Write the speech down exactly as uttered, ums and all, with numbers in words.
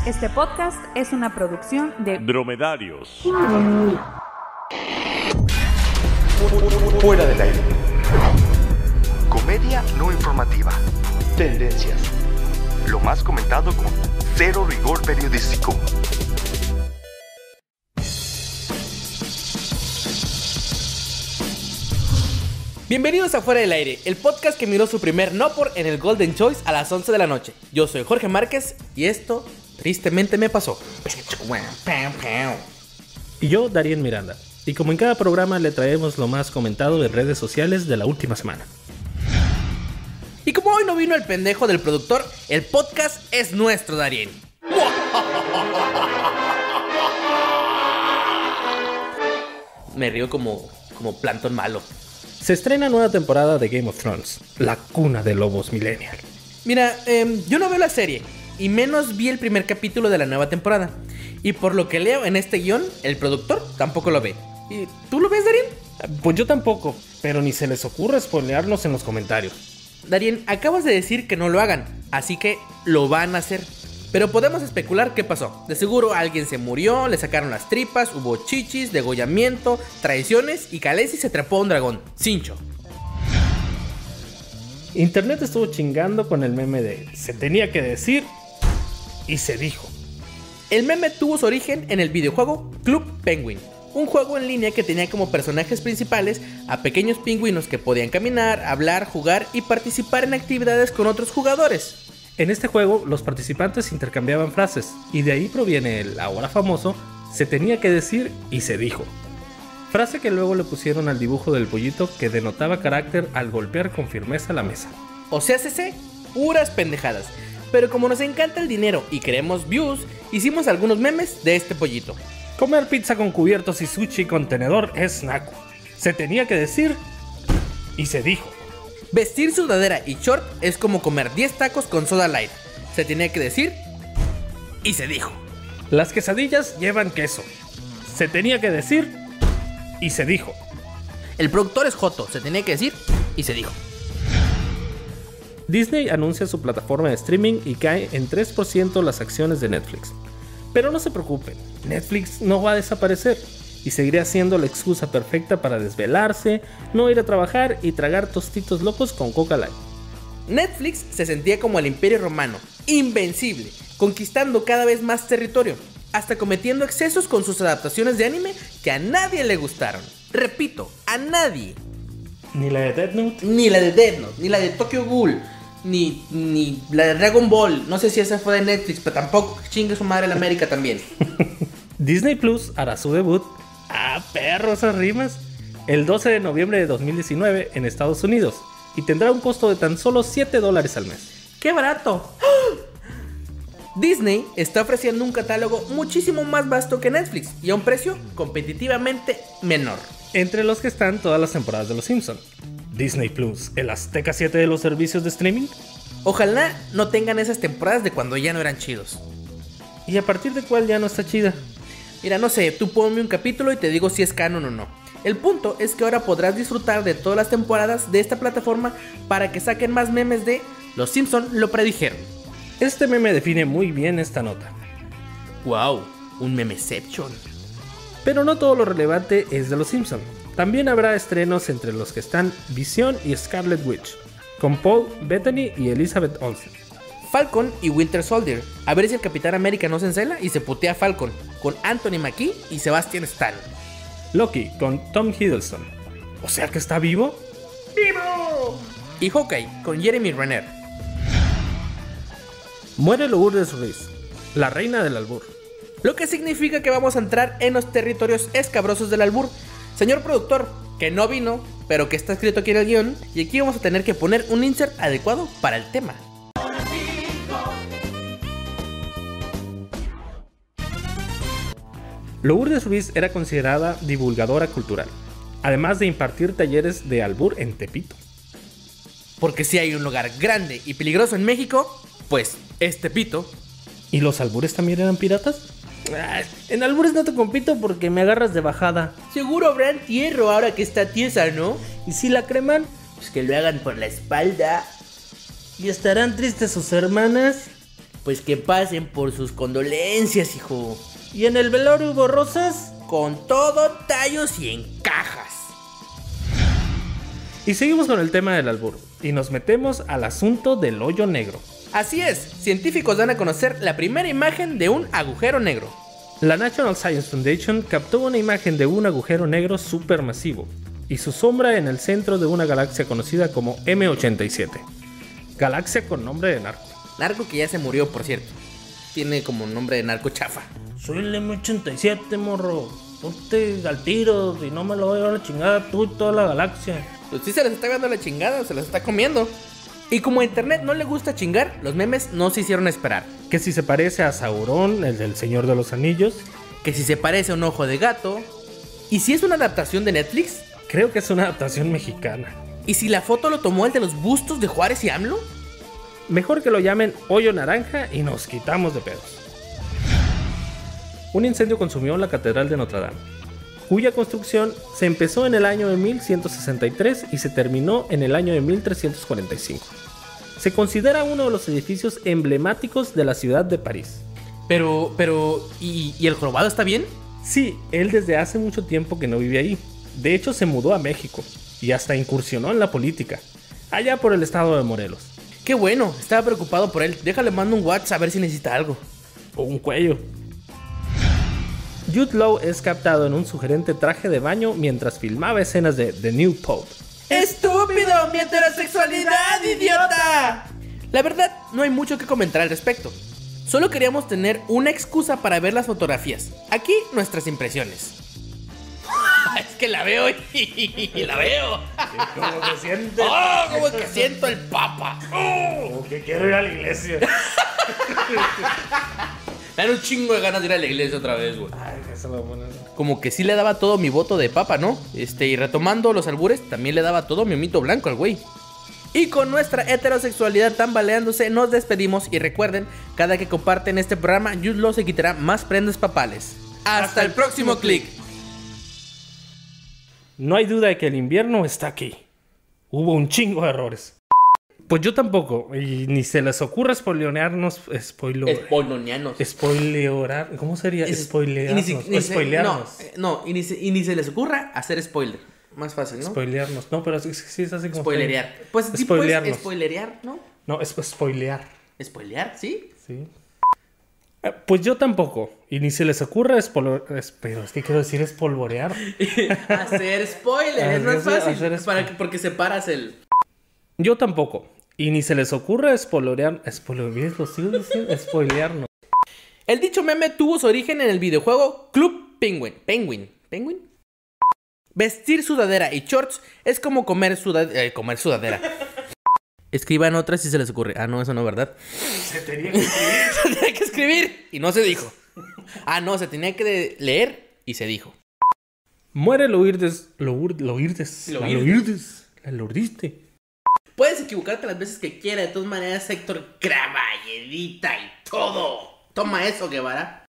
Este podcast es una producción de Dromedarios. Fuera del aire. Comedia no informativa. Tendencias. Lo más comentado con cero rigor periodístico. Bienvenidos a Fuera del Aire, el podcast que miró su primer no por en el Golden Choice a las once de la noche. Yo soy Jorge Márquez y esto tristemente me pasó. Y yo, Darien Miranda. Y como en cada programa le traemos lo más comentado en redes sociales de la última semana. Y como hoy no vino el pendejo del productor, el podcast es nuestro, Darien. Me río como, como Plankton malo. Se estrena nueva temporada de Game of Thrones, la cuna de lobos millennial. Mira, eh, yo no veo la serie, y menos vi el primer capítulo de la nueva temporada. Y por lo que leo en este guión, el productor tampoco lo ve. ¿Y tú lo ves, Darien? Pues yo tampoco, pero ni se les ocurre spoilearnos en los comentarios. Darien, acabas de decir que no lo hagan, así que lo van a hacer. Pero podemos especular qué pasó. De seguro alguien se murió, le sacaron las tripas, hubo chichis, degollamiento, traiciones y Khaleesi se trepó a un dragón. Cincho. Internet estuvo chingando con el meme de se tenía que decir y se dijo. El meme tuvo su origen en el videojuego Club Penguin, un juego en línea que tenía como personajes principales a pequeños pingüinos que podían caminar, hablar, jugar y participar en actividades con otros jugadores. En este juego, los participantes intercambiaban frases, y de ahí proviene el ahora famoso se tenía que decir y se dijo. Frase que luego le pusieron al dibujo del pollito que denotaba carácter al golpear con firmeza la mesa. O sea, C C, puras pendejadas. Pero como nos encanta el dinero y queremos views, hicimos algunos memes de este pollito. Comer pizza con cubiertos y sushi con tenedor es naco. Se tenía que decir y se dijo. Vestir sudadera y short es como comer diez tacos con soda light. Se tenía que decir y se dijo. Las quesadillas llevan queso. Se tenía que decir y se dijo. El productor es joto. Se tenía que decir y se dijo. Disney anuncia su plataforma de streaming y cae en tres por ciento las acciones de Netflix. Pero no se preocupen, Netflix no va a desaparecer y seguirá siendo la excusa perfecta para desvelarse, no ir a trabajar y tragar tostitos locos con Coca Light. Netflix se sentía como el Imperio Romano, invencible, conquistando cada vez más territorio, hasta cometiendo excesos con sus adaptaciones de anime que a nadie le gustaron. Repito, a nadie. Ni la de Death Note, ni la de Death Note, ni la de Tokyo Ghoul, ni, ni la de Dragon Ball. No sé si esa fue de Netflix, pero tampoco chingue su madre la América también. Disney Plus hará su debut. ¡Ah, perro, esas rimas! El doce de noviembre de dos mil diecinueve en Estados Unidos y tendrá un costo de tan solo siete dólares al mes. ¡Qué barato! Disney está ofreciendo un catálogo muchísimo más vasto que Netflix y a un precio competitivamente menor. Entre los que están todas las temporadas de Los Simpson. Disney Plus, el Azteca siete de los servicios de streaming. Ojalá no tengan esas temporadas de cuando ya no eran chidos. ¿Y a partir de cuál ya no está chida? Mira, no sé, tú ponme un capítulo y te digo si es canon o no. El punto es que ahora podrás disfrutar de todas las temporadas de esta plataforma para que saquen más memes de Los Simpson lo predijeron. Este meme define muy bien esta nota. Wow, un memeception. Pero no todo lo relevante es de Los Simpson. También habrá estrenos entre los que están Visión y Scarlet Witch, con Paul Bettany y Elizabeth Olsen. Falcon y Winter Soldier, a ver si el Capitán América no se encela y se putea a Falcon, con Anthony Mackie y Sebastian Stan. Loki, con Tom Hiddleston. ¿O sea que está vivo? ¡Vivo! Y Hawkeye, con Jeremy Renner. Muere Lourdes Ruiz, la reina del albur. Lo que significa que vamos a entrar en los territorios escabrosos del albur. Señor productor, que no vino, pero que está escrito aquí en el guión, y aquí vamos a tener que poner un insert adecuado para el tema. Lourdes Ruiz era considerada divulgadora cultural, además de impartir talleres de albur en Tepito. Porque si hay un lugar grande y peligroso en México, pues es Tepito. ¿Y los albures también eran piratas? Ah, en albures no te compito porque me agarras de bajada. Seguro habrá entierro ahora que está tiesa, ¿no? Y si la creman, pues que lo hagan por la espalda. ¿y estarán tristes sus hermanas? Pues que pasen por sus condolencias, hijo. ¿Y en el velorio hubo rosas? Con todo, tallos y en cajas. Y seguimos con el tema del albur. Y nos metemos al asunto del hoyo negro. Así es, científicos dan a conocer la primera imagen de un agujero negro. La National Science Foundation captó una imagen de un agujero negro supermasivo y su sombra en el centro de una galaxia conocida como eme ochenta y siete. Galaxia con nombre de narco. Narco que ya se murió, por cierto. Tiene como nombre de narco chafa. Soy el eme ochenta y siete, morro. Ponte al tiro y no me lo voy a llevar a la chingada tú y toda la galaxia. Pues sí se les está dando la chingada, se les está comiendo. Y como a internet no le gusta chingar, los memes no se hicieron esperar. Que si se parece a Sauron, el del Señor de los Anillos. Que si se parece a un ojo de gato. ¿Y si es una adaptación de Netflix? Creo que es una adaptación mexicana. ¿Y si la foto lo tomó el de los bustos de Juárez y AMLO? Mejor que lo llamen hoyo naranja y nos quitamos de pedos. Un incendio consumió la Catedral de Notre Dame, cuya construcción se empezó en el año de mil ciento sesenta y tres y se terminó en el año de mil trescientos cuarenta y cinco. Se considera uno de los edificios emblemáticos de la ciudad de París. Pero, pero, ¿y, ¿y el jorobado está bien? Sí, él desde hace mucho tiempo que no vive ahí. De hecho, se mudó a México y hasta incursionó en la política, allá por el estado de Morelos. Qué bueno, estaba preocupado por él. Déjale mando un WhatsApp a ver si necesita algo. O un cuello. Jude Law es captado en un sugerente traje de baño mientras filmaba escenas de The New Pope. ¡Estúpido! ¡Mi heterosexualidad, idiota! La verdad, no hay mucho que comentar al respecto. Solo queríamos tener una excusa para ver las fotografías. Aquí nuestras impresiones. Es que la veo y la veo. Como que siente. ¡Oh! Como que siento el papa. ¡Oh! Como que quiero ir a la iglesia. Me dan un chingo de ganas de ir a la iglesia otra vez, güey. Ay, eso lo ponen. Como que sí le daba todo mi voto de papa, ¿no? Este, y retomando los albures, también le daba todo mi mito blanco al güey. Y con nuestra heterosexualidad tambaleándose, nos despedimos. Y recuerden, cada que comparten este programa, Jude Law se quitará más prendas papales. Hasta, Hasta el, el próximo clic. No hay duda de que el invierno está aquí. Hubo un chingo de errores. Pues yo tampoco, y ni se les ocurra spoilearnos, spoiler, Spoiloneanos. Spoilear, ¿cómo sería? Es, Spoilearnos. Y ni, ni spoilearnos. Se, no, no y, ni se, y ni se les ocurra hacer spoiler. Más fácil, ¿no? Spoilearnos. No, pero sí, sí es así como. Spoilerear. Pues sí, pues, spoilerear, ¿no? No, es spoilear. ¿Spoilear? ¿Sí? Sí. Eh, pues yo tampoco. Y ni se les ocurra spoiler. Pero es que quiero decir espolvorear. Hacer spoiler, es más fácil. Para que, porque separas el. Yo tampoco. Y ni se les ocurre spoilear. Spoilear, lo sigo diciendo. Spoilearnos. El dicho meme tuvo su origen en el videojuego Club Penguin. Penguin. ¿Penguin? Vestir sudadera y shorts es como comer, suda eh, comer sudadera. Escriban otras si se les ocurre. Ah, no, eso no, ¿verdad? Se tenía que escribir. Se tenía que escribir y no se dijo. Ah, no, se tenía que leer y se dijo. Muere Lourdes. Lourdes. Lourdes. La Lourdes. La Lourdiste. Puedes equivocarte las veces que quieras. De todas maneras, Héctor Craballedita y todo. Toma eso, Guevara.